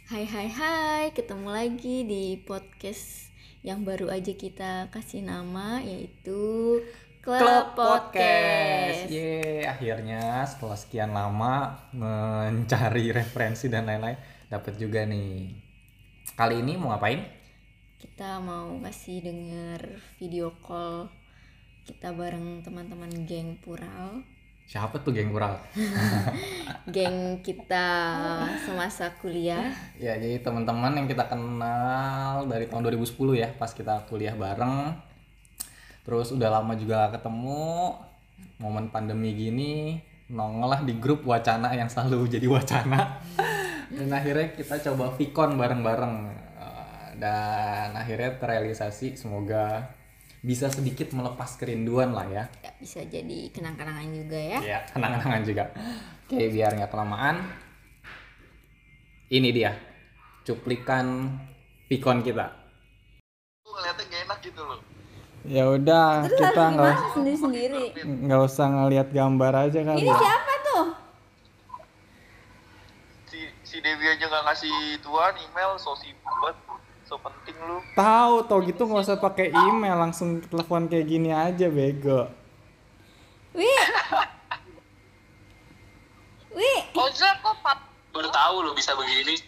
Hai hai hai, ketemu lagi di podcast yang baru aja kita kasih nama, yaitu Klub Podcast. Akhirnya setelah sekian lama mencari referensi dan lain-lain, dapat juga nih. Kali ini mau ngapain? Kita mau kasih denger video call kita bareng teman-teman geng Pural. Siapa tuh geng Kural? Geng kita semasa kuliah. Ya, jadi teman-teman yang kita kenal dari tahun 2010 ya, pas kita kuliah bareng. Terus udah lama juga ketemu. Momen pandemi gini nongol lah di grup wacana yang selalu jadi wacana. Dan akhirnya kita coba Vicon bareng-bareng. Dan akhirnya terrealisasi, semoga bisa sedikit melepas kerinduan lah ya. Ya, bisa jadi kenang-kenangan juga ya. Ya, kenang-kenangan juga. Oke, biar nggak kelamaan. Ini dia cuplikan Vicon kita. Ngeliatnya gak enak gitu loh. Ya udah, Terus kita harus gimana sendiri-sendiri? nggak usah ngelihat gambar aja kali. Ini siapa tuh? Si Dewi aja gak ngasih tuan email, so sibuk, so penting lu. Tahu, tau gitu nggak usah pakai email, langsung telepon kayak gini aja, bego. Wih. Wih. Ojek kok baru tahu lo bisa begini.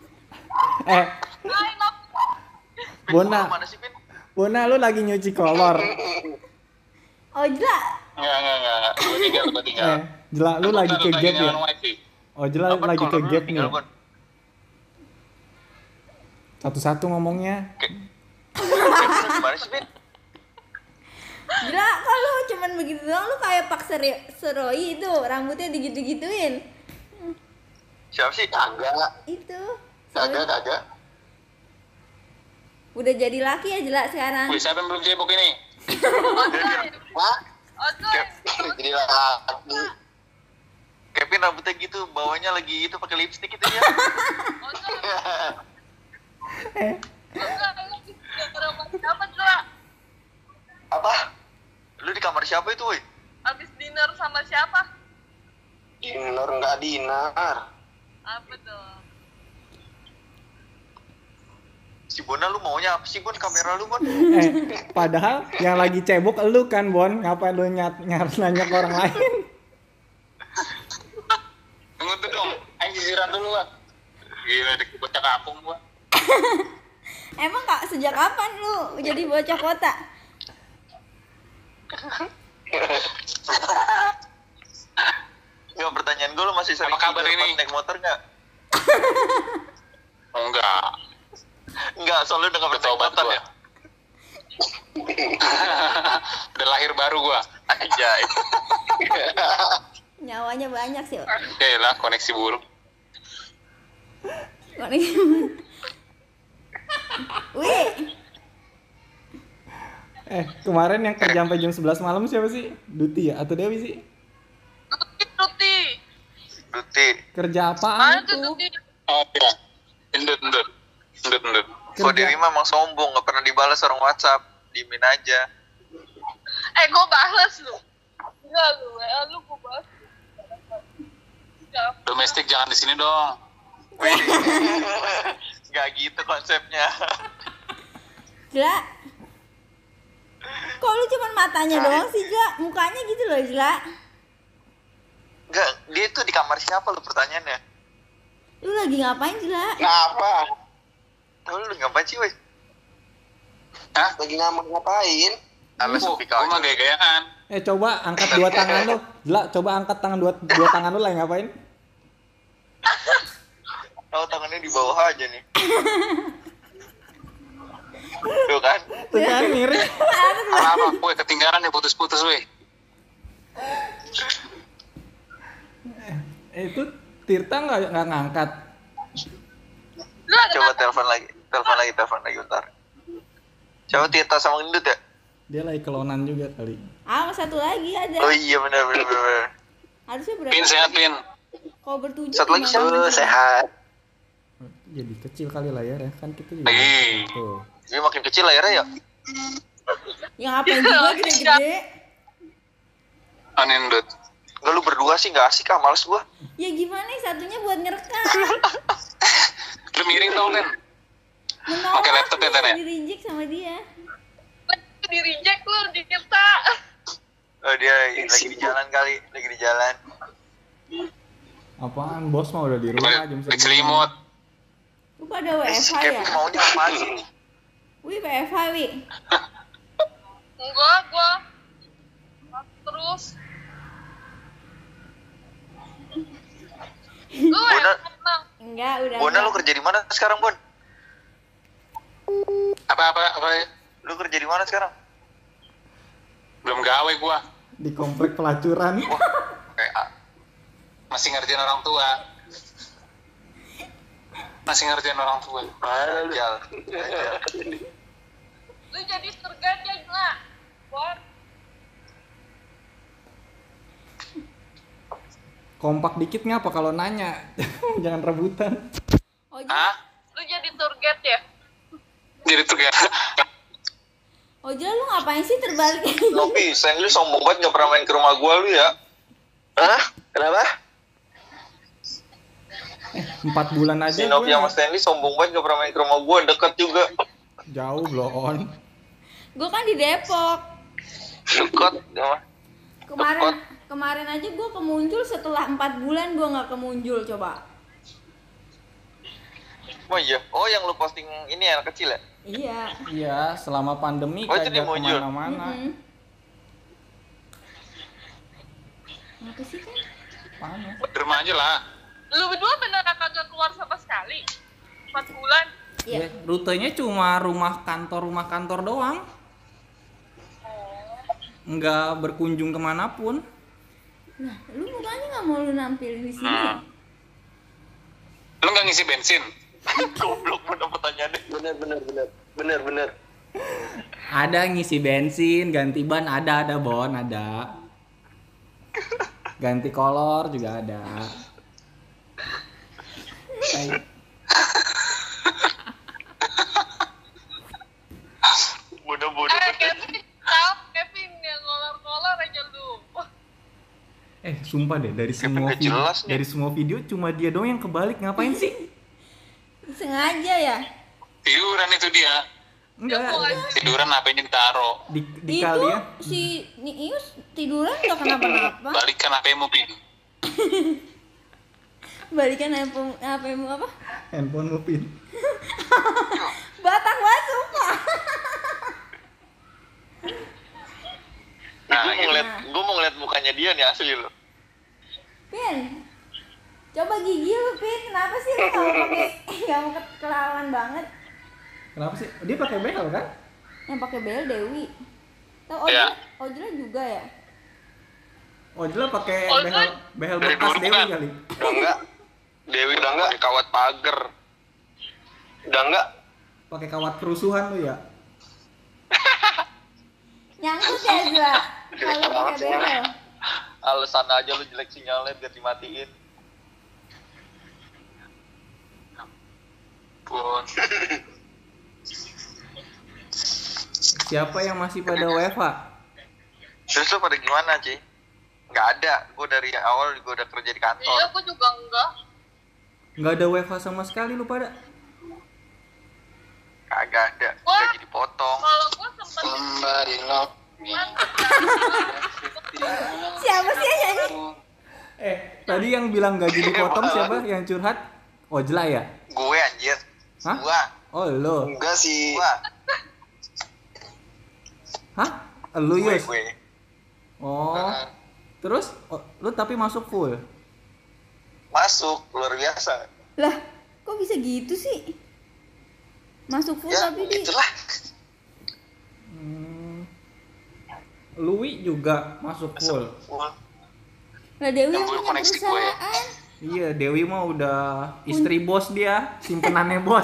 Bona, Mana sih, Pin? Bona, lu lagi nyuci kolor. Ojla. Enggak. Gua tinggal. Jela, lu lagi ke gap ya? Wifi. Oh, Jela Apa lagi ke kalau lu gap nih. tinggal, Gon? Satu-satu ngomongnya. Gimana sih, Pin? Gila, kok lu cuman begitu doang, lu kayak Pak Seroi itu, rambutnya digitu-gituin. Siapa sih? Kagak. Itu. Kagak. Udah jadi laki ya Jela sekarang. Wih, siapa yang belum cebok ini? Wah? Jadi lagi. Kevin rambutnya gitu, bawahnya lagi itu pakai lipstick itu ya. Apa? Lu di kamar siapa itu, woi? Abis dinner sama siapa? Dinner enggak dinar. Apa dong? Si Bona lu maunya apa sih, Bon? Kamera lu, Bon? Padahal yang lagi cebok elu kan, Bon. Ngapain lu nanya ke orang lain? Tunggu tuh dong. Ayo sisiran dulu, Bang. Gila, bocah kampung gua. Emang Kak, sejak kapan lu jadi bocah kota? Nggak, pertanyaan gue, lu masih sering Apa kabar tidur ini? pas naik motor nggak? Oh, enggak. Nggak, soalnya udah nggak pernah naik Bertobat motor gua. ya? Udah lahir baru gua. Aja. Nyawanya banyak sih. Oke lah, koneksi buruk. Wih, Kemarin yang kerja sampai jam 11 malam siapa sih? Duti ya? Atau Dewi sih? Duti. Kerja apaan Mana tuh tuh? Duti? Oh, iya. Endut. Kok Dewi memang sombong, nggak pernah dibalas orang WhatsApp, diemin aja. Gue bales lu. Enggak lu, lu gue bales. Domestik jangan di sini dong. Wih, nggak gitu konsepnya. Jela. Kok lu cuman matanya doang sih, Jela? Mukanya gitu loh, Jela. Nggak, dia tuh di kamar siapa lu pertanyaannya? Lu lagi ngapain, Jela? Ngapa? Tahu lu ngapain sih, weh? Hah? Lagi ngapain? Alas Gua sepi kau mah gaya-gayaan. Coba angkat dua tangan lu. Jela, coba angkat tangan dua tangan lu lagi ngapain? Tahu tangannya di bawah aja nih. Tuh kan? Tuh kan mirip. Apa? Weh, ketinggalan ya putus-putus, weh. Itu Tirta nggak ngangkat. Lu ada Coba telepon lagi bentar. Coba Tirta sama Gendut ya? Dia lagi kelonan juga kali. Ah, satu lagi ada. Oh iya, benar. Harusnya berapa? Pin sehat, Pin. Kalau bertujuh. Satu lagi gimana? sehat. Jadi kecil kali layarnya kan kita juga. Ih. Tuh. Jadi makin kecil layarnya ya? Yang ngapain juga gede-gede? Anendut. Enggak, lu berdua sih nggak asik, males gua. Ya gimana, satunya buat ngerekam. Lu miring tau kan? Menolak, Pakai laptop ya, Tan, ya? di reject sama dia. Di reject lu di kita. Oh dia lagi di jalan kali, lagi di jalan. Apaan? Bos mah udah di rumah jam segini. Selimut. Lu pada Si WFH ya? Kevin maunya apaan sih nih? Wih, WFH, Wi. Enggak, gua terus. Lu Bona, emang Enggak, udah. Bona lu enggak. kerja di mana sekarang, Bon? Apa ya? Lu kerja di mana sekarang? Belum gawe gua. Di komplek pelacuran. Kayak Masih ngerjain orang tua. Ajal. lu jadi surga dia enggak? Bon. Kompak dikit ngapa kalau nanya? Jangan rebutan. Oh, Hah? Lu jadi tour guide ya? Jadi tuh kayak Ojol lu ngapain sih terbalik? Nopi, Sen lu sombong banget gak pernah main ke rumah gua lu ya? Hah? Kenapa? 4 bulan aja Si Nopi sama gue Stanley sombong banget gak pernah main ke rumah gua, deket juga. jauh bloon. Gue kan di Depok. Deket, ya. Kemarin aja gue kemuncul setelah 4 bulan gue nggak kemuncul coba. Oh iya, oh yang lu posting ini anak kecil ya? Iya. Iya, selama pandemi Oh, itu dia kagak muncul. kemana-mana. Mm-mm. Apa sih kan? Apaan ya? di rumah aja lah. Lu berdua beneran kagak keluar sama sekali? 4 bulan? Iya. Ya, rutenya cuma rumah kantor doang. Nggak berkunjung kemanapun. Nah, lu mukanya nggak mau lu nampilin di sini. Ya? Lu nggak ngisi bensin? Goblok bener pertanyaannya. Bener. Ada ngisi bensin, ganti ban ada Bon, ada. Ganti kolor juga ada. Kayak- Bodoh-bodoh bener. Kevin yang kolor-kolor aja lu. Sumpah deh dari Kevin semua nggak jelas nih. dari semua video cuma dia doang yang kebalik, ngapain sih? Sengaja ya? Tiduran itu dia. Enggak. Tiduran HP-nya ditaruh. Di Itu kalian si Nius tiduran nggak kenapa-napa. Balikan HP-mu, Pin. Balikan HP-mu apa? handphone ngupin. Batak banget sumpah. Nah, gue mau ngeliat mukanya dia nih asli lo. Pin, coba gigi lu Pin, kenapa sih lu nggak mau pakai nggak mau kelawan banget? Kenapa sih? Dia pakai behel kan? Yang pakai bel Dewi. Tahu Iya. Ojol juga ya? Ojla pakai Ojol behel dari bekas dulu Dewi kan? kali. Udah enggak? Dewi udah enggak? Kawat pagar. Udah enggak? Pakai kawat kerusuhan lu ya? Nyangkut ya Zla? Kalau pakai bel. Alasan aja lu jelek sinyalnya biar dimatiin. Pun. Siapa yang masih pada WFH? Terus lu pada gimana, Ci? Nggak ada. Gue dari awal gue udah kerja di Iya, kantor. aku juga enggak. Nggak ada WFH sama sekali lu pada? Kagak ada. Wah. Gaji dipotong. Kalau gua sempet Somebody love me. Siapa sih yang nyanyi? Tadi yang bilang gaji dipotong siapa? Yang curhat? Ojla ya? Gue anjir. Hah? Gua. Oh lo? Enggak sih. Gua. Hah? Lu Yus? Gue. Oh. Terus? Lu tapi masuk full? Masuk. Luar biasa. Lah, kok bisa gitu sih? Masuk full Ya, tapi di itulah. Lui juga masuk full. Full. Lah Dewi Yang yang full punya koneksi gue. perusahaan. Iya, Dewi mah udah istri bos dia, simpenannya bos.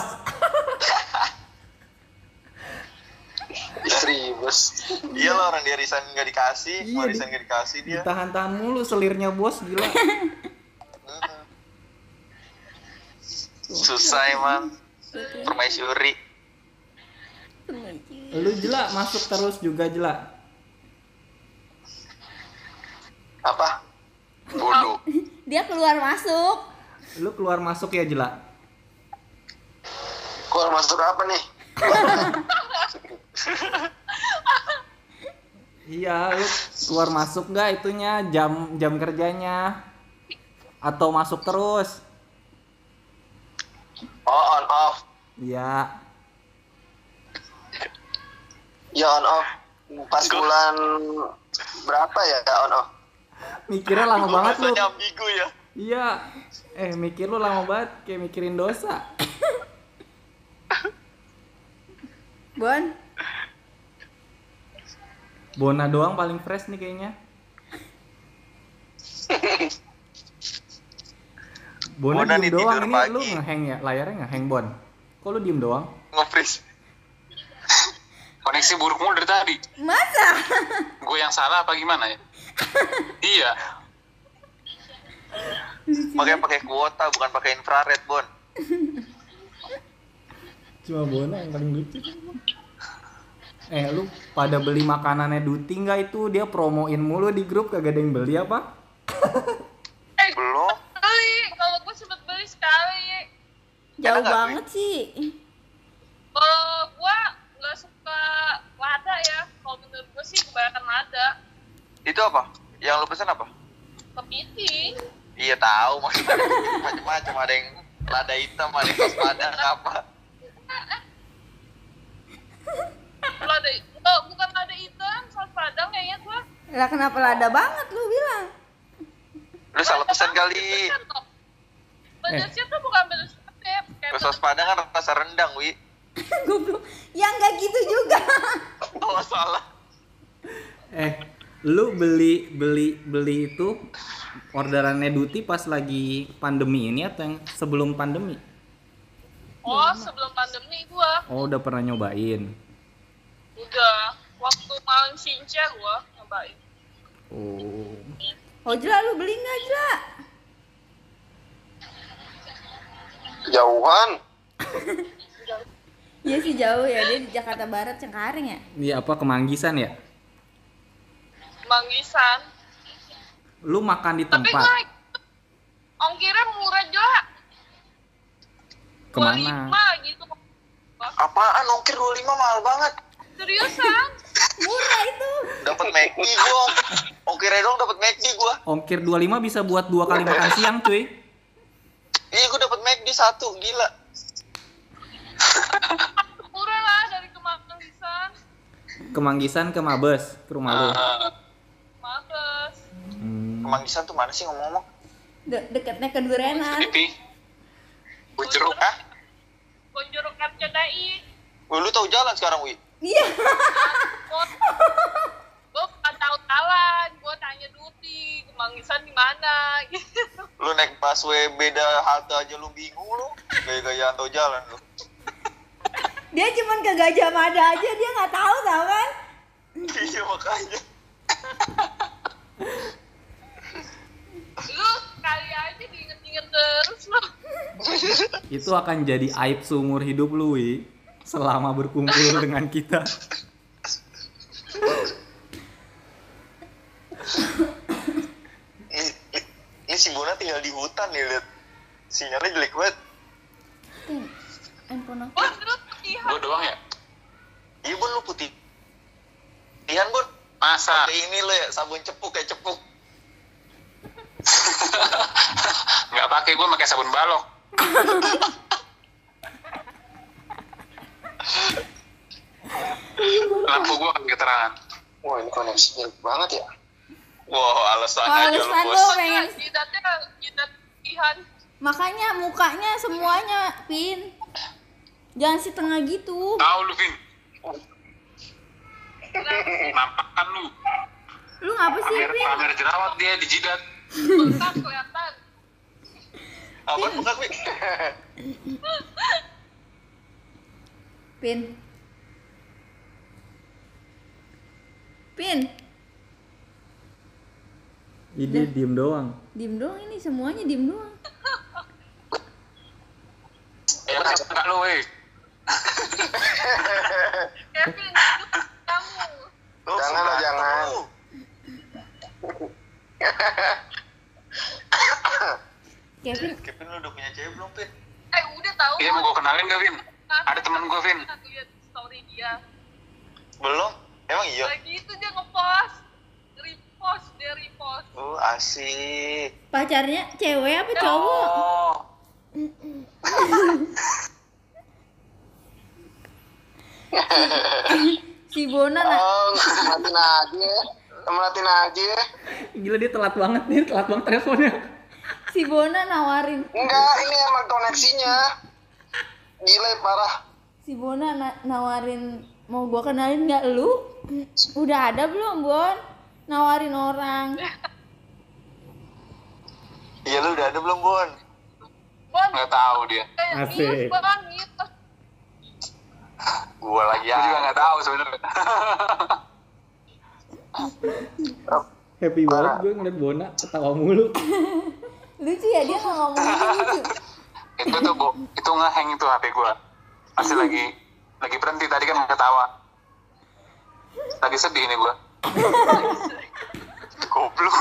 Istri bos. Iya lah orang dia resign nggak dikasih. Mau Iya, resign nggak dikasih dia. Ditahan-tahan mulu selirnya bos, gila. Susah emang. Permaisuri. Lu Jela masuk terus juga Jela. Apa? Bodoh. Dia keluar masuk. Lu keluar masuk ya Jela. Keluar masuk apa nih? Iya, lu keluar masuk nggak itunya jam kerjanya? Atau masuk terus? Oh, on off. Iya. Ya on off. Pas bulan berapa ya on off? Mikirnya lama banget lu. Rasanya ambigu ya. Iya. Mikir lu lama banget kayak mikirin dosa. Bon, Bona doang paling fresh nih kayaknya. Bona Bona diem nih doang tidur ini pagi. lu ngehang ya, layarnya ngehang Bon. Kok lu diem doang? Nge-freeze. Koneksi buruk mulu dari tadi. masa? Gue yang salah apa gimana ya? Iya. Makanya pakai kuota bukan pakai infrared, Bon. Cuma Bona yang paling lucu. Lu pada beli makanannya Duti nggak itu? Dia promoin mulu di grup, kagak ada yang beli apa? Belum. Beli, kalau gue sempet beli sekali. Jauh nggak, banget sih. Kalau gue nggak suka lada ya. Kalau menurut gue sih kebanyakan lada. Itu apa? Yang lu pesen apa? Kepiting. Iya tahu, maksudnya macam-macam, ada yang lada hitam, ada yang saus padang apa. Lada, oh, bukan lada hitam, saus padang kayaknya gue. Lah kenapa lada banget lu bilang? Lu salah pesan kali. Pedasnya tuh bukan pedas pedep. Kalau saus padang kan rasa rendang, Wi. Goblok. Ya nggak gitu juga. Oh, salah. Lu beli itu orderannya Duti pas lagi pandemi ini atau yang sebelum pandemi? Oh, sebelum pandemi gue. Oh, udah pernah nyobain. Udah. Waktu malam Sinca gue nyobain. Oh. Oh Jela, lu beli nggak Jela? Jauhan. Iya sih jauh ya, dia di Jakarta Barat, Cengkareng ya. Iya apa Kemanggisan ya? Manggisan. Lu makan di Tapi tempat. gue ongkirnya murah juga. Kemana? 25 gitu. Apaan ongkir 25 mahal banget. Seriusan? Murah itu. Dapat McD gua. Ongkirnya dong dapat McD gua. Ongkir 25 bisa buat 2 kali makan siang, cuy. Iya, gua dapat McD 1, gila. Murah lah dari Kemanggisan. Kemanggisan ke Mabes, ke rumah lu. Mabes. Kemanggisan tuh mana sih ngomong-ngomong? Dekatnya ke Durenan. Pipi. Jeruk. Hah? Bonjorok RCTI. Wih, lu tahu jalan sekarang, Wi? Iya. Gue bukan tahu jalan. Gue tanya Duti. Kemanggisan di mana? Gitu. Lu naik busway beda halte aja lu bingung lu. Gaya-gayaan tahu jalan lu. Dia cuman ke Gajah Mada aja, dia nggak tahu tau kan? Iya makanya. Lu kali aja diinget-inget terus lu. Itu akan jadi aib seumur hidup lu, Wi. Selama berkumpul dengan kita. Ini si Bona tinggal di hutan nih, lihat. Sinyalnya jelek banget. Handphone aku. Bun, lu pilihan. Gue doang ya? Iya, Bun, lu putih. Tihan, Bun. Masa? Pakai ini lu ya, sabun cepuk kayak cepuk. Nggak pakai, gue pakai sabun balok. Lampu gue kan keterangan. Wah, ini koneksi jelek banget ya. Wah, alasan Oh, aja lu, alasan Bos. lu pengen. Jidat pilihan. Makanya mukanya semuanya, Pin. Jangan setengah gitu. Tahu lu, Vin? Nampak kan lu? Lu ngapa sih, Pin? Pamer jerawat dia di jidat. Bengkak kelihatan. Apaan bukan, Wi? Pin. Pin. Ide diem doang. Diem doang ini, semuanya diem doang. Ya, enggak lu, weh. Kevin, itu kamu. Lu Jangan lah, suka jangan. lu. Kevin, Kevin lu udah punya cewek belum, Pin? Udah tahu. Iya, mau gue kenalin gak, Vin? Ada temen gue, Vin. Aku lihat story dia. Belum? Emang iya? Lagi itu dia ngepost. Repost. Oh, asik. Pacarnya cewek apa cowok? Oh, Si Bona Oh, melatin aja. Gila dia telat banget teleponnya. si Bona nawarin. Enggak, ini emang koneksinya. Gila parah. Si Bona nawarin mau gua kenalin nggak lu? Udah ada belum, Bon? Nawarin orang. Iya lu udah ada belum, Bon? Bon, nggak tahu dia. Asik. Bon, gitu. Gua lagi Gue juga nggak tahu sebenarnya. Happy banget gue ngeliat Bona ketawa mulu. Lucu ya dia nggak ngomong gitu. itu ngehang itu HP gue. Masih lagi berhenti tadi kan ketawa. Lagi sedih nih gue. Goblok.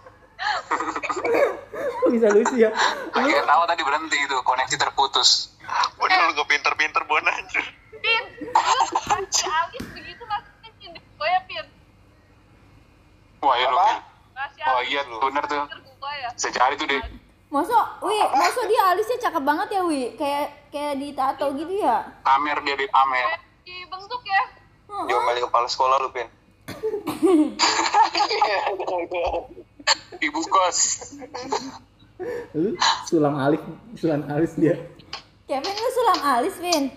Kok bisa lucu ya? Lagi ketawa tadi berhenti itu, koneksi terputus. Udah lu gak pinter-pinter, Bon anjir. Pin, lu si Alis begitu maksudnya nyindir gue ya, Pin. Wah iya lu, Vin. Kasih Oh Alis iya bener tuh. nyindir gue ya. Bisa cari tuh deh. Masa dia alisnya cakep banget ya, Wi? Kayak ditato gitu ya? Pamer dia di pamer. Kayak dibentuk ya. Diomelin kepala sekolah lu, Pin. Ibu kos. Lu sulam alis dia. Kevin lu sulam alis, Vin.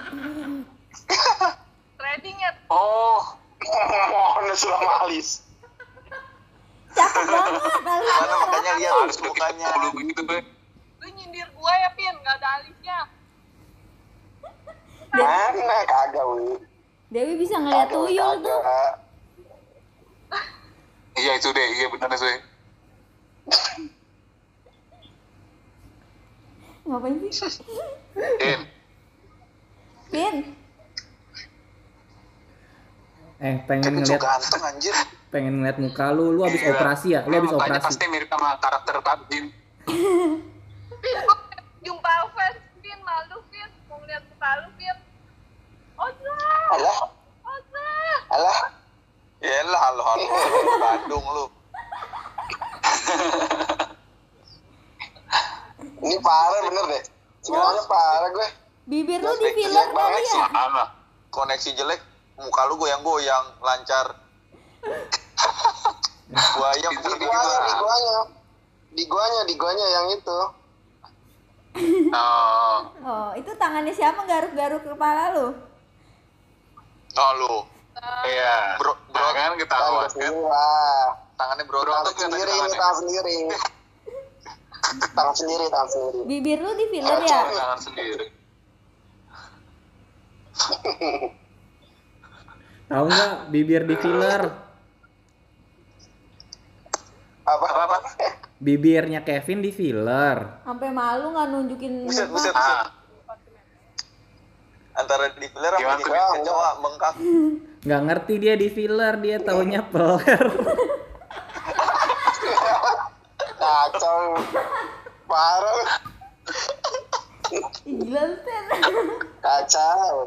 Trading ya. Oh, Mohon sulam alis. Cakep banget Mana alisnya. makanya lihat harus mukanya. dulu begitu, Be. Lu nyindir gue ya, Pin. Gak ada alisnya. Mana kagak, Wi. Dewi bisa ngeliat tuyul tuh. Kagak. Iya itu deh, iya bener sih. Ngapain sih? Din, Vin, Pengen Cucu ngeliat ganteng anjir. muka lu abis iya. operasi ya? Lu abis Mukanya operasi. pasti mirip sama karakter Din. Pin, gue jumpa fans. Pin, malu, Pin. Mau ngeliat muka lu, Pin. Alah, Oza. alah. Yalah, halo Bandung lu. Ini parah bener deh. Sebenarnya parah gue. bibir lu di Jelek filler kali banget ya? sih. Sama. Koneksi jelek, muka lu goyang-goyang, lancar. Buaya Pinter mungkin Di guanya yang itu. Oh, Oh, itu tangannya siapa garuk-garuk kepala lu? Oh lu, iya. Bro, Kan ketahuan kan. Wah, tangannya Bro, berotot. tuh sendiri tangannya. ini tangan sendiri. Tangan sendiri. Bibir lu di filler ya? Tangan sendiri. Tahu nggak bibir di filler? Apa? Bibirnya Kevin di filler. Sampai malu nggak nunjukin Buset, muka. buset. Ah, Antara di filler Gimana apa di tuh? kecoa bengkak. Nggak ngerti dia di filler, dia taunya peler. Kacau. Parah. Ih, gila lu, Ten. Kacau.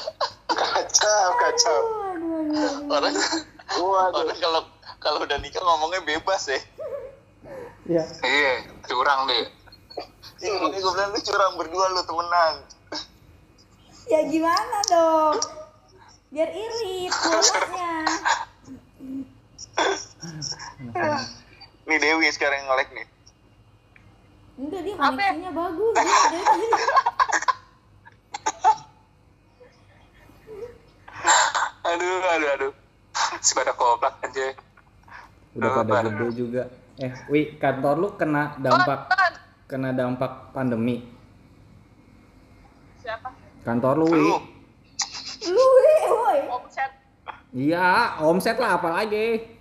Orang Waduh. kalau udah nikah ngomongnya bebas ya. Ya. iya, curang deh. Ini makanya gue bilang lu curang berdua lu temenan. Ya gimana dong? Biar irit mulutnya. Nih Dewi sekarang yang nge-lag nih. Enggak, dia koneksinya bagus. Dia- Aduh. Si pada koplak aja. Udah pada Apa? gede juga. Wi, kantor lu kena dampak pandemi. Siapa? Kantor lu, Wi. Lu Lu, woi. Omset. Iya, omset lah apalagi.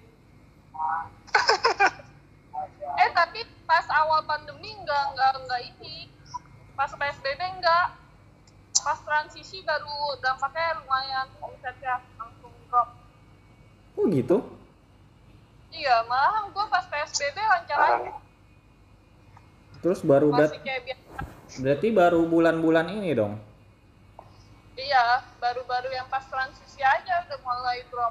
Tapi pas awal pandemi enggak ini. Pas PSBB enggak. Pas transisi baru dampaknya lumayan, omsetnya langsung drop. Oh gitu? Iya, malahan gue pas PSBB lancar aja. Terus baru Masih kayak biasa. berarti baru bulan-bulan ini dong. Iya, baru-baru yang pas transisi aja udah mulai drop.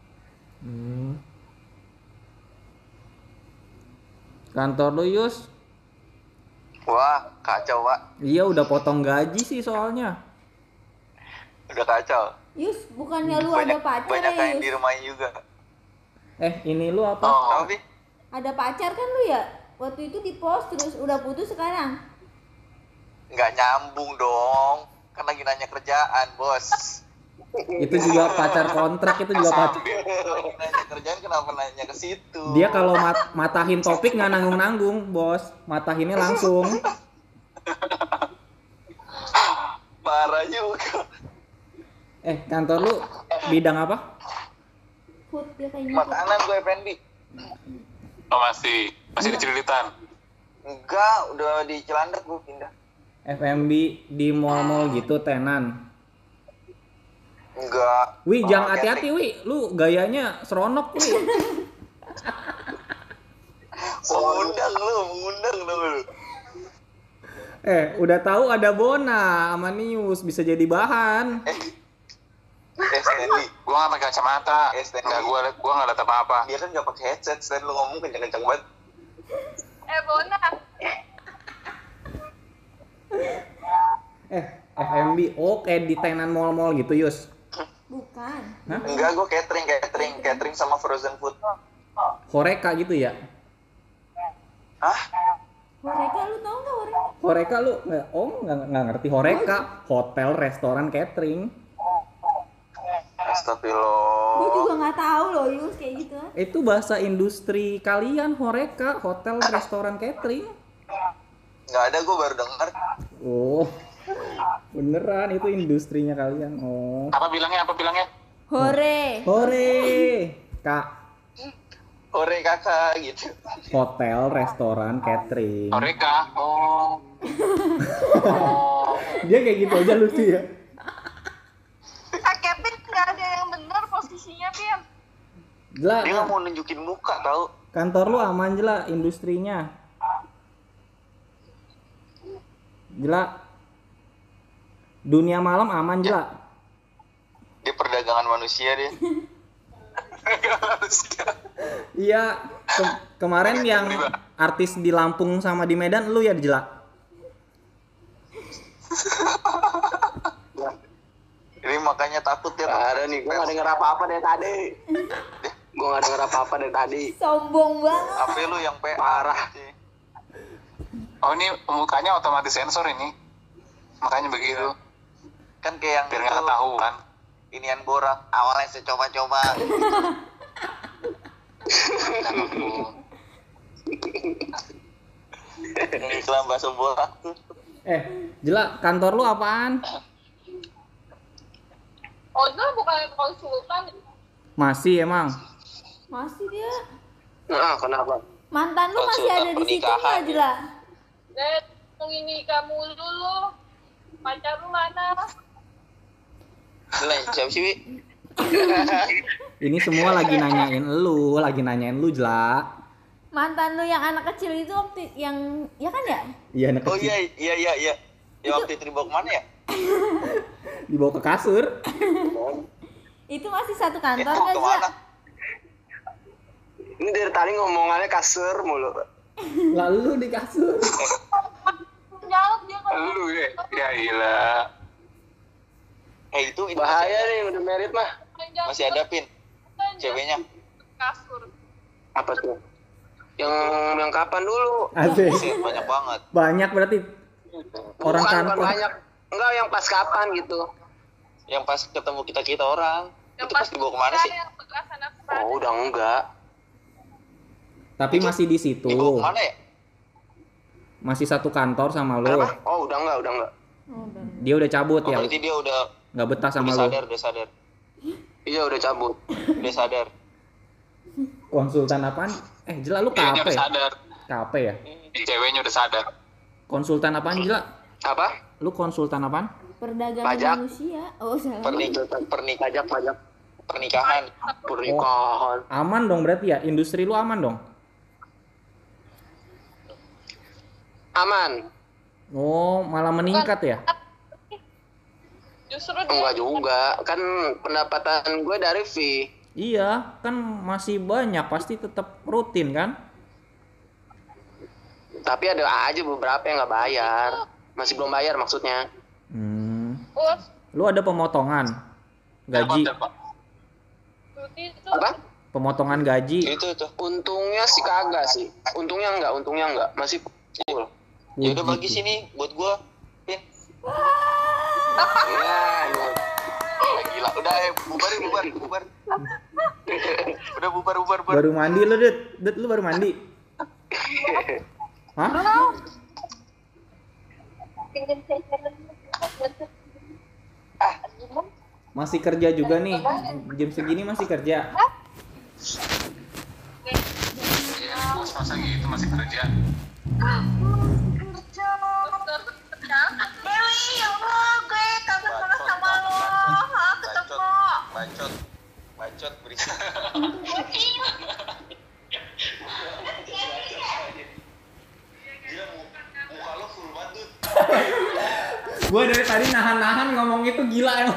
Kantor lu Yus? Wah, kacau Pak. Iya udah potong gaji sih soalnya. Udah kacau. Yus, bukannya lu ada pacar Banyak ya yang di Yus? rumahnya juga. Ini lu apa? Oh, tapi Ada pacar kan lu ya? Waktu itu di post terus udah putus sekarang. nggak nyambung dong. Kan lagi nanya kerjaan, bos. Itu juga pacar kontrak, itu juga pacar. Lagi nanya kerjaan kenapa nanya ke situ? Dia kalau matahin topik nggak nanggung-nanggung, bos. Matahinnya langsung. Parah juga. Kantor lu bidang apa? Food dia kayaknya. Makanan gue F&B. Oh masih di Cililitan. Enggak, udah di Cilandak gue pindah. FMB di mall-mall gitu, tenan. Enggak. Wi, Oh, jangan catering. hati-hati, Wi. Lu gayanya seronok, Wi. Mengundang lu. Udah tahu ada Bona sama Nius, bisa jadi bahan. Stanley. Gua nggak pakai kacamata. Stanley. Nggak, gua nggak lihat apa-apa. Dia kan nggak pakai headset, Stan lu ngomong kencang-kencang banget. Bona, FMB, kayak di tenan mall-mall gitu, Yus. Bukan. Hah? Enggak, gue catering sama frozen food. Horeca gitu ya? Hah? Horeca lu tau nggak Horeca? Horeca lu nggak ngerti Horeca, hotel, restoran, catering. Gue Astagfirullah. juga nggak tahu loh Yus kayak gitu. Itu bahasa industri kalian, Horeca, hotel, restoran, catering. Nggak ada, gue baru denger. Oh, beneran itu industrinya kalian. Oh, Apa bilangnya? Hore. hore, Kak. Ore kakak gitu. Hotel, restoran, catering. Oreka. Oh. Dia kayak gitu aja lucu ya. Kak Kevin nggak ada yang benar posisinya, Pin. Jela, Dia nggak mau nunjukin muka tau. kantor lu aman Jela, industrinya. Jela. Dunia malam aman Jela. Dia perdagangan manusia dia. Iya, kemarin yang artis di Lampung sama di Medan lu ya Jela. Ini makanya takut ya. Ada nih, gue gak denger apa-apa dari tadi. Gue gak denger apa-apa dari tadi. Sombong banget. HP lu yang PA. Parah. Oh ini mukanya otomatis sensor ini. Makanya begitu. Kan kayak yang Biar nggak ketahuan. inian borak. Awalnya saya coba-coba. Yang iklan bakso borak tuh. Jela, kantor lu apaan? Oza bukan konsultan. Masih emang. Masih dia. Nah, kenapa? Mantan lu masih ada di situ Pernikahan. nggak Jela? Ngomongin nikah mulu lu. Pacar lu mana? Lah, siapa sih, Wi? Ini semua lagi nanyain lu Jela. Mantan lu yang anak kecil itu waktu yang ya kan ya? Iya anak Oh kecil. iya. Ya waktu itu dibawa kemana ya? Dibawa ke kasur. Itu masih satu kantor Itu nggak kemana? Jela? Ini dari tadi ngomongannya kasar mulu. Lalu di kasur. Jawab dia kan. Lu ya. Ya gila. Itu Bahaya nih, udah merit mah. masih ada pin ceweknya. Kasur. Apa tuh? Yang kapan dulu? Asik. Buset, banyak banget. Banyak berarti orang Bukan kantor. banyak. Enggak, yang pas kapan gitu. Yang pas ketemu kita orang. Yang Itu pas dibawa kemana sih? Yang bekas anak Oh, udah enggak. Tapi masih di situ. Dibawa kemana ya? Masih satu kantor sama lu. Kenapa? Oh, udah enggak. Oh, udah. Dia udah cabut Oh, ya. berarti dia udah Nggak betah sama lu. udah sadar. Iya, udah cabut. Udah sadar. Konsultan apaan? Jela lu Ceweknya KP. udah sadar. KP ya? Ceweknya udah sadar. Konsultan apaan Jela? Apa? Lu konsultan apaan? Perdagangan Pajak. manusia. Oh, salah. Pernikahan. Pajak. Pernikahan. Aman dong berarti ya? Industri lu aman dong? Aman. Oh, malah meningkat ya? Justru dia Enggak juga, kan pendapatan gue dari fee. Iya, kan masih banyak, pasti tetap rutin kan? Tapi ada aja beberapa yang nggak bayar, masih belum bayar maksudnya. oh, Lu ada pemotongan gaji, Telepon. cuti itu Apa? pemotongan gaji. Itu tuh. Untungnya sih kagak sih. Untungnya enggak, masih full. Ya udah bagi sini buat gua. Pin. Ya, Gila, udah bubar. Udah bubar. Baru mandi lu, Dut, lu baru mandi. Hah? Masih kerja juga nih. Jam segini masih kerja. Bos masa gitu masih kerja. Bacot berisik. Gila, muka lo full banget. Gua dari tadi nahan ngomong itu gila emang.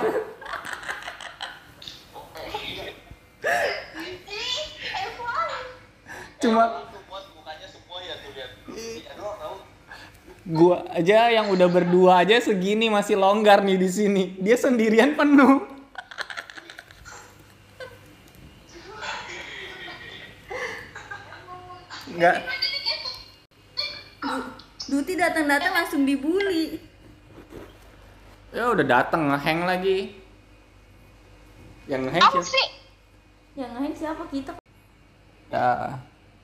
Cuma Mukanya semua ya tuh lihat. Iya doang tahu. gua aja yang udah berdua aja segini masih longgar nih di sini. Dia sendirian penuh. Enggak. Duti datang-datang langsung dibully. Ya udah dateng ngehang lagi. Yang ngehang apa siapa? sih? Yang lain siapa kita? Ya.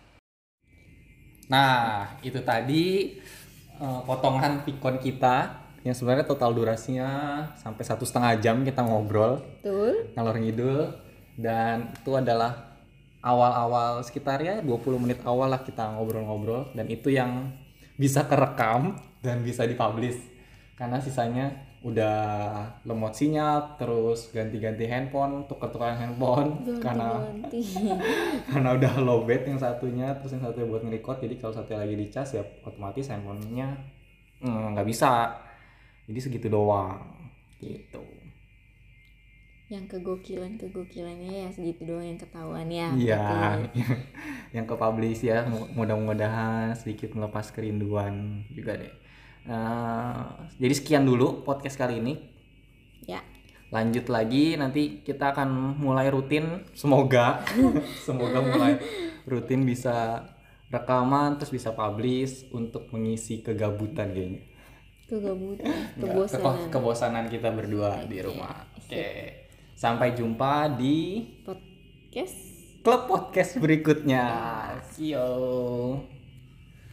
Nah, itu tadi potongan pikon kita yang sebenarnya total durasinya sampai 1,5 jam kita ngobrol Betul. ngalor ngidul, dan itu adalah awal-awal sekitar ya 20 menit awal lah kita ngobrol-ngobrol, dan itu yang bisa kerekam dan bisa dipublish karena sisanya udah lemot sinyal, terus ganti-ganti handphone, tuker-tukeran handphone karena udah lowbat yang satunya, terus yang satunya buat nge-record, jadi kalau satunya lagi dicas ya otomatis handphonenya nggak bisa, jadi segitu doang gitu. Yang kegokilannya ya segitu doang yang ketahuan ya. Iya, berarti. yang ke publish ya, mudah-mudahan sedikit melepas kerinduan juga deh. Jadi sekian dulu podcast kali ini. Ya. Lanjut lagi nanti kita akan mulai rutin, semoga mulai rutin bisa rekaman terus bisa publish untuk mengisi kegabutan kayaknya. Kebosanan kita berdua di rumah. Oke. Sampai jumpa di Podcast klub podcast berikutnya. See you.